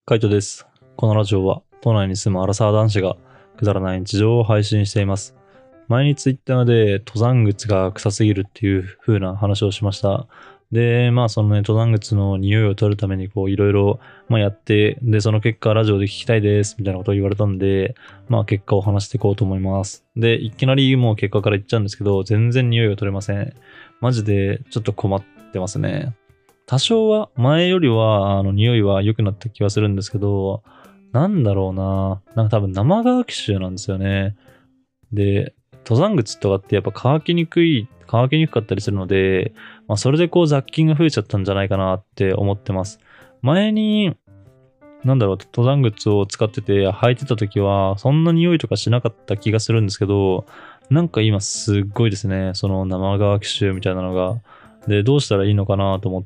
カイトです。このラジオは都内に住むアラサー男子がくだらない日常を配信しています。前にツイッターで登山靴が臭すぎるっていう風な話をしました。で、そのね、登山靴の匂いを取るためにいろいろやって、で、その結果ラジオで聞きたいですみたいなことを言われたんで、結果を話していこうと思います。で、いきなりもう結果から言っちゃうんですけど、全然匂いが取れません。マジでちょっと困ってますね。多少は前よりは匂いは良くなった気はするんですけど、なんだろうな。多分生乾き臭なんですよね。で、登山靴とかってやっぱ乾きにくかったりするので、それで雑菌が増えちゃったんじゃないかなって思ってます。前に、登山靴を使ってて履いてた時は、そんな匂いとかしなかった気がするんですけど、今すっごいですね。その生乾き臭みたいなのが。で、どうしたらいいのかなと思って、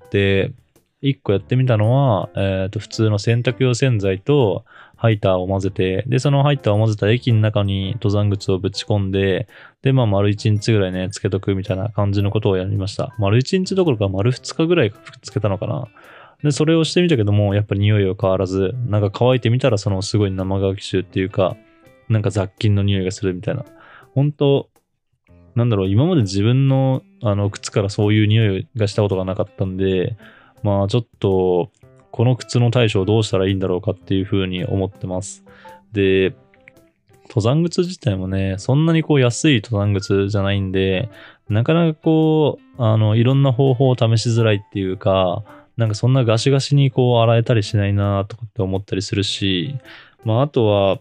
一個やってみたのは、普通の洗濯用洗剤とハイターを混ぜて、で、そのハイターを混ぜた液の中に登山靴をぶち込んで、で、丸1日ぐらいね、つけとくみたいな感じのことをやりました。丸1日どころか丸2日ぐらいつけたのかな。で、それをしてみたけども、やっぱり匂いは変わらず、乾いてみたらそのすごい生乾き臭っていうか、雑菌の匂いがするみたいな。本当今まで自分の靴からそういう匂いがしたことがなかったんで、ちょっと、この靴の対処をどうしたらいいんだろうかっていうふうに思ってます。で、登山靴自体もね、そんなに安い登山靴じゃないんで、なかなかいろんな方法を試しづらいっていうか、そんなガシガシに洗えたりしないなとかって思ったりするし、あとは、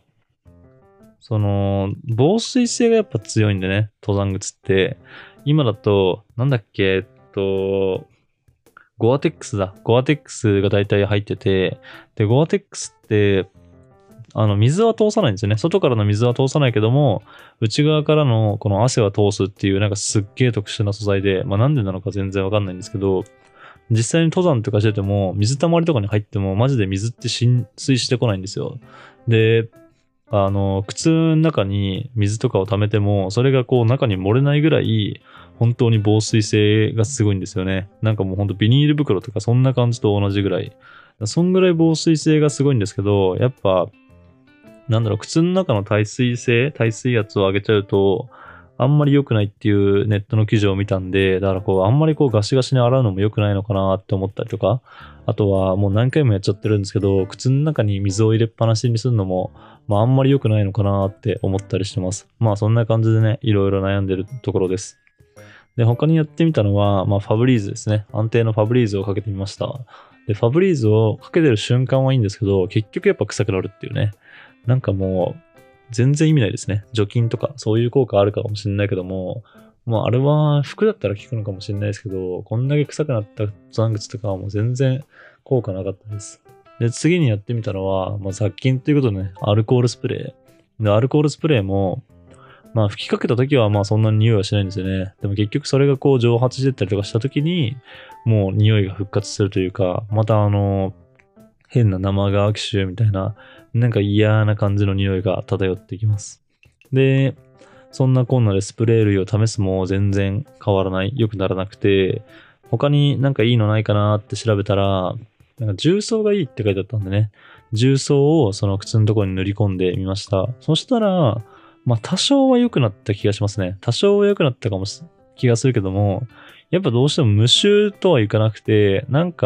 防水性がやっぱ強いんでね、登山靴って。今だと、ゴアテックスだ。ゴアテックスが大体入ってて、で、ゴアテックスって、水は通さないんですよね。外からの水は通さないけども、内側からのこの汗は通すっていうすっげえ特殊な素材で、なんでなのか全然わかんないんですけど、実際に登山とかしてても、水たまりとかに入っても、マジで水って浸水してこないんですよ。で、靴の中に水とかを溜めても、それが中に漏れないぐらい、本当に防水性がすごいんですよね。もう本当ビニール袋とかそんな感じと同じぐらい。そんぐらい防水性がすごいんですけど、やっぱ、靴の中の耐水圧を上げちゃうと、あんまり良くないっていうネットの記事を見たんで、だからあんまりガシガシに洗うのも良くないのかなって思ったりとか、あとはもう何回もやっちゃってるんですけど、靴の中に水を入れっぱなしにするのも、あんまり良くないのかなって思ったりしてます。そんな感じでね、いろいろ悩んでるところです。で、他にやってみたのは、ファブリーズですね。安定のファブリーズをかけてみました。で、ファブリーズをかけてる瞬間はいいんですけど、結局やっぱ臭くなるっていうね。もう、全然意味ないですね。除菌とか、そういう効果あるかもしれないけども、あれは服だったら効くのかもしれないですけど、こんだけ臭くなった登山靴とかはもう全然効果なかったです。で、次にやってみたのは、雑菌ということでね、アルコールスプレー。で、アルコールスプレーも、吹きかけた時はそんなに匂いはしないんですよね。でも結局それが蒸発してったりとかした時に、もう匂いが復活するというか、また変な生乾き臭みたいな、嫌な感じの匂いが漂ってきます。で、そんなこんなでスプレー類を試すも全然変わらない、良くならなくて、他にいいのないかなって調べたら、重曹がいいって書いてあったんでね、重曹をその靴のところに塗り込んでみました。そしたら、多少は良くなった気がしますね。多少は良くなった気がするけども、やっぱどうしても無臭とはいかなくて、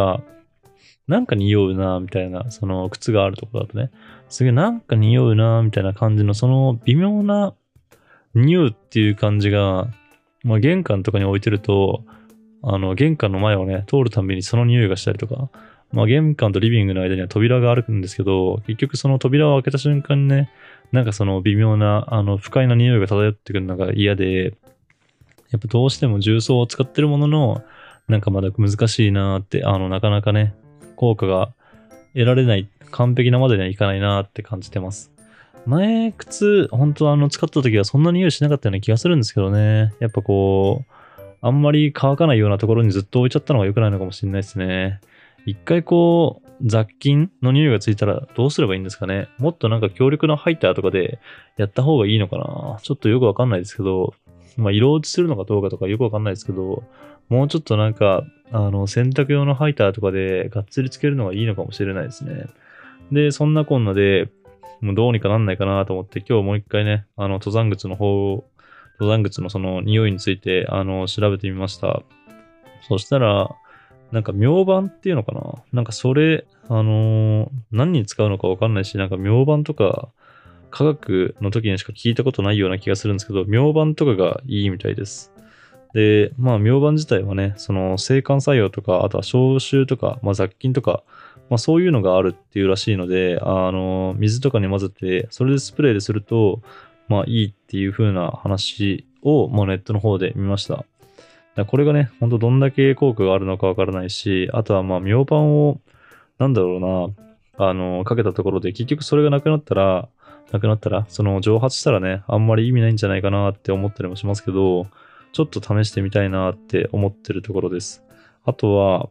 匂うな、みたいな、その靴があるところだとね、すげえ匂うな、みたいな感じの、その微妙な匂うっていう感じが、玄関とかに置いてると、玄関の前をね、通るたびにその匂いがしたりとか、玄関とリビングの間には扉があるんですけど、結局その扉を開けた瞬間にね、その微妙な、不快な匂いが漂ってくるのが嫌で、やっぱどうしても重曹を使ってるものの、まだ難しいなーって、なかなかね、効果が得られない、完璧なまでにはいかないなって感じてます。前、靴、本当使った時はそんな匂いしなかったような気がするんですけどね。やっぱあんまり乾かないようなところにずっと置いちゃったのが良くないのかもしれないですね。一回雑菌の匂いがついたらどうすればいいんですかね。もっと強力なハイターとかでやった方がいいのかな。ちょっとよくわかんないですけど、色落ちするのかどうかとかよくわかんないですけど、もうちょっと洗濯用のハイターとかでがっつりつけるのがいいのかもしれないですね。 で、そんなこんなで、もうどうにかなんないかなと思って、今日もう一回ね、登山靴のその匂いについて、調べてみました。そしたら、なんか明板っていうのかな、なんかそれ、何に使うのかわかんないし、なんか明板とか、科学の時にしか聞いたことないような気がするんですけど、明板とかがいいみたいです。で、まあ、明板自体はね、その制汗作用とか、あとは消臭とか、まあ、雑菌とか、まあ、そういうのがあるっていうらしいので、水とかに混ぜて、それでスプレーですると、まあ、いいっていう風な話を、まあ、ネットの方で見ました。これがね、ほんとどんだけ効果があるのかわからないし、あとはまあ、明板を、なんだろうな、かけたところで、結局それがなくなったら、その蒸発したらね、あんまり意味ないんじゃないかなって思ったりもしますけど、ちょっと試してみたいなって思ってるところです。あとは、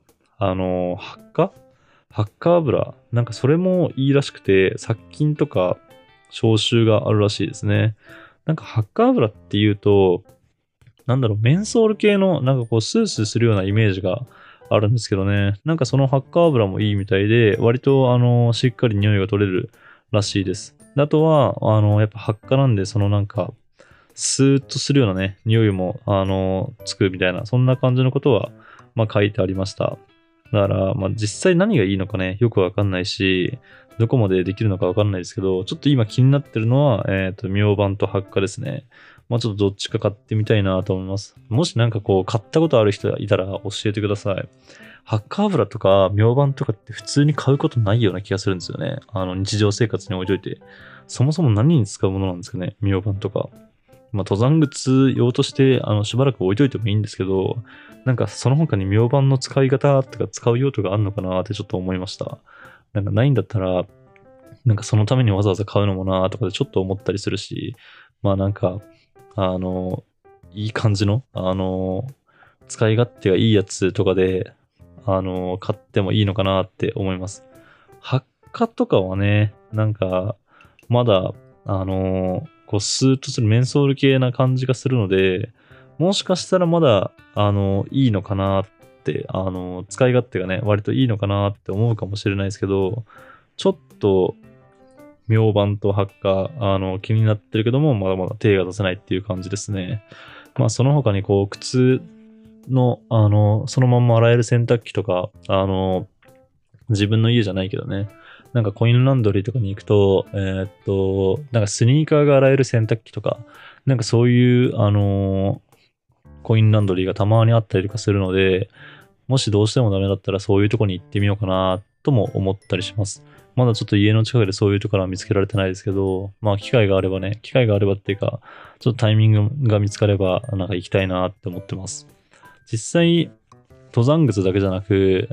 ハッカー油なんかそれもいいらしくて、殺菌とか消臭があるらしいですね。なんかハッカー油っていうと、なんだろう、メンソール系の、なんかこう、スースーするようなイメージがあるんですけどね。なんかそのハッカー油もいいみたいで、割と、しっかり匂いが取れるらしいです。であとは、やっぱハッカなんで、そのなんか、スーッとするようなね、匂いも、つくみたいな、そんな感じのことは、まあ書いてありました。だから、まあ実際何がいいのかね、よくわかんないし、どこまでできるのかわかんないですけど、ちょっと今気になってるのは、明板と発火ですね。まあちょっとどっちか買ってみたいなと思います。もしなんかこう、買ったことある人いたら教えてください。ハッカー油とか明板とかって普通に買うことないような気がするんですよね。日常生活に置いといて。そもそも何に使うものなんですかね、明板とか。まあ、登山靴用として、しばらく置いといてもいいんですけど、なんかその他に明板の使い方とか使う用途があるのかなってちょっと思いました。なんかないんだったら、なんかそのためにわざわざ買うのもなとかでちょっと思ったりするし、まあなんか、あの、いい感じの、使い勝手がいいやつとかで、買ってもいいのかなって思います。発火とかはね、なんか、まだ、こう、スーッとするメンソール系な感じがするので、もしかしたらまだ、いいのかなって、使い勝手がね、割といいのかなって思うかもしれないですけど、ちょっと、明板と発火、気になってるけども、まだまだ手が出せないっていう感じですね。まあ、その他にこう、靴の、そのまんま洗える洗濯機とか、自分の家じゃないけどね、なんかコインランドリーとかに行くと、なんかスニーカーが洗える洗濯機とか、なんかそういう、コインランドリーがたまにあったりとかするので、もしどうしてもダメだったらそういうとこに行ってみようかなとも思ったりします。まだちょっと家の近くでそういうところは見つけられてないですけど、まあ機会があればっていうか、ちょっとタイミングが見つかれば、なんか行きたいなって思ってます。実際、登山靴だけじゃなく、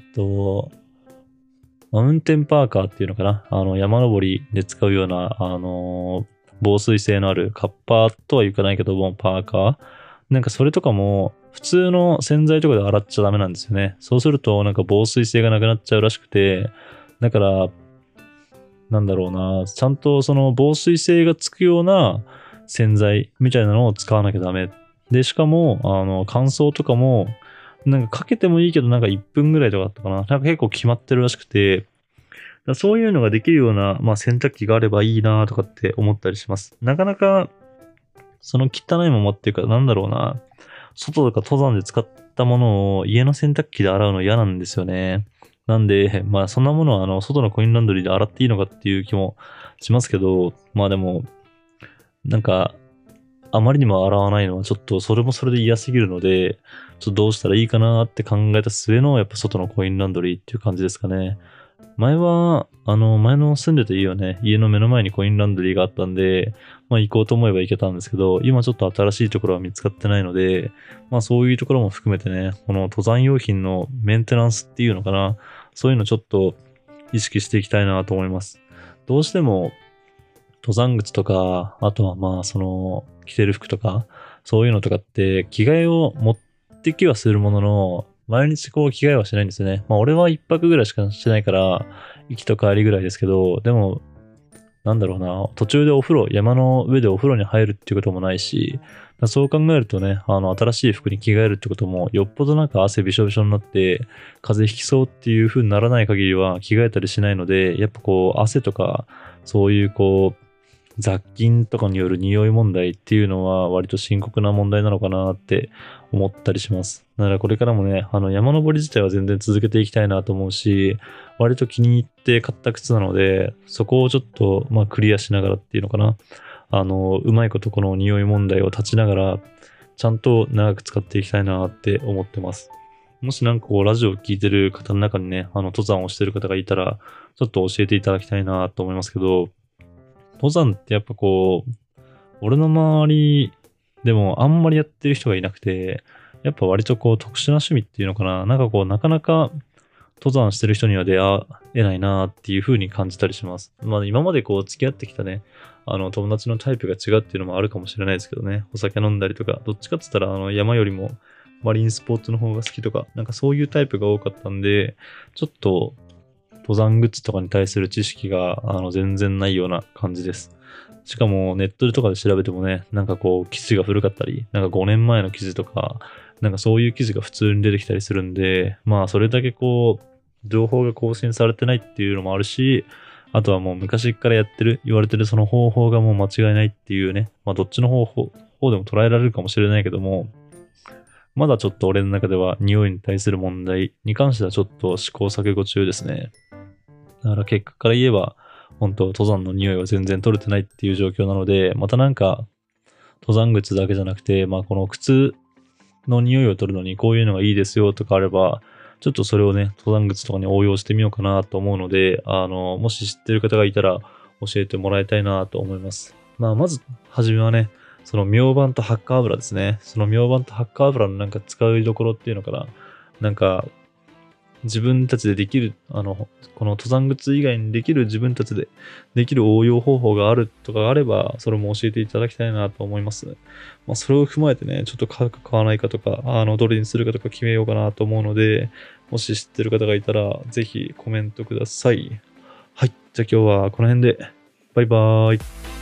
マウンテンパーカーっていうのかな、山登りで使うような、防水性のあるカッパーとはいかないけども、パーカー。なんかそれとかも、普通の洗剤とかで洗っちゃダメなんですよね。そうすると、なんか防水性がなくなっちゃうらしくて、だから、なんだろうな、ちゃんとその防水性がつくような洗剤みたいなのを使わなきゃダメ。で、しかも、乾燥とかも、なんかかけてもいいけど、なんか1分ぐらいとかだったかな。なんか結構決まってるらしくて、そういうのができるような、まあ、洗濯機があればいいなとかって思ったりします。なかなか、その汚いままっていうか、なんだろうな、外とか登山で使ったものを家の洗濯機で洗うの嫌なんですよね。なんで、まあそんなものは外のコインランドリーで洗っていいのかっていう気もしますけど、まあでも、なんか、あまりにも洗わないのはちょっとそれもそれで嫌すぎるので、ちょっとどうしたらいいかなって考えた末のやっぱ外のコインランドリーっていう感じですかね。前は、前の住んでた家はね、家の目の前にコインランドリーがあったんで、まあ行こうと思えば行けたんですけど、今ちょっと新しいところは見つかってないので、まあそういうところも含めてね、この登山用品のメンテナンスっていうのかな、そういうのちょっと意識していきたいなと思います。どうしても、登山靴とか、あとはまあ着てる服とか、そういうのとかって着替えを持ってきはするものの、毎日こう着替えはしないんですよね。まあ俺は一泊ぐらいしかしてないから、行きと帰りぐらいですけど、でも、 なんだろうな、途中で山の上でお風呂に入るっていうこともないし、そう考えるとね、新しい服に着替えるってことも、よっぽどなんか汗びしょびしょになって、風邪ひきそうっていう風にならない限りは着替えたりしないので、やっぱこう、汗とか、そういうこう、雑菌とかによる匂い問題っていうのは割と深刻な問題なのかなって思ったりします。だからこれからもね、山登り自体は全然続けていきたいなと思うし、割と気に入って買った靴なので、そこをちょっと、クリアしながらっていうのかな。うまいことこの匂い問題を断ちながら、ちゃんと長く使っていきたいなって思ってます。もしなんかこう、ラジオを聞いてる方の中にね、登山をしてる方がいたら、ちょっと教えていただきたいなと思いますけど、登山ってやっぱこう、俺の周りでもあんまりやってる人がいなくて、やっぱ割とこう特殊な趣味っていうのかな、なんかこうなかなか登山してる人には出会えないなっていう風に感じたりします。今までこう付き合ってきたね、友達のタイプが違うっていうのもあるかもしれないですけどね、お酒飲んだりとか、どっちかって言ったら山よりもマリンスポーツの方が好きとか、なんかそういうタイプが多かったんで、ちょっと登山グッズとかに対する知識が全然ないような感じです。しかもネットとかで調べてもね、なんかこう記事が古かったり、なんか5年前の記事とか、なんかそういう記事が普通に出てきたりするんで、それだけこう、情報が更新されてないっていうのもあるし、あとはもう昔から言われてるその方法がもう間違いないっていうね、どっちの方でも捉えられるかもしれないけども、まだちょっと俺の中では匂いに対する問題に関してはちょっと試行錯誤中ですね。だから結果から言えば、本当登山の匂いは全然取れてないっていう状況なので、またなんか、登山靴だけじゃなくて、この靴の匂いを取るのにこういうのがいいですよとかあれば、ちょっとそれをね、登山靴とかに応用してみようかなと思うので、もし知ってる方がいたら教えてもらいたいなと思います。まず、はじめはね、その明板とハッカー油ですね。その明板とハッカー油のなんか使いどころっていうのかな。なんか、自分たちでできる、この登山靴以外にできる自分たちでできる応用方法があるとかあれば、それも教えていただきたいなと思います。それを踏まえてね、ちょっと買うか買わないかとか、どれにするかとか決めようかなと思うので、もし知ってる方がいたら、ぜひコメントください。はい。じゃあ今日はこの辺で、バイバーイ。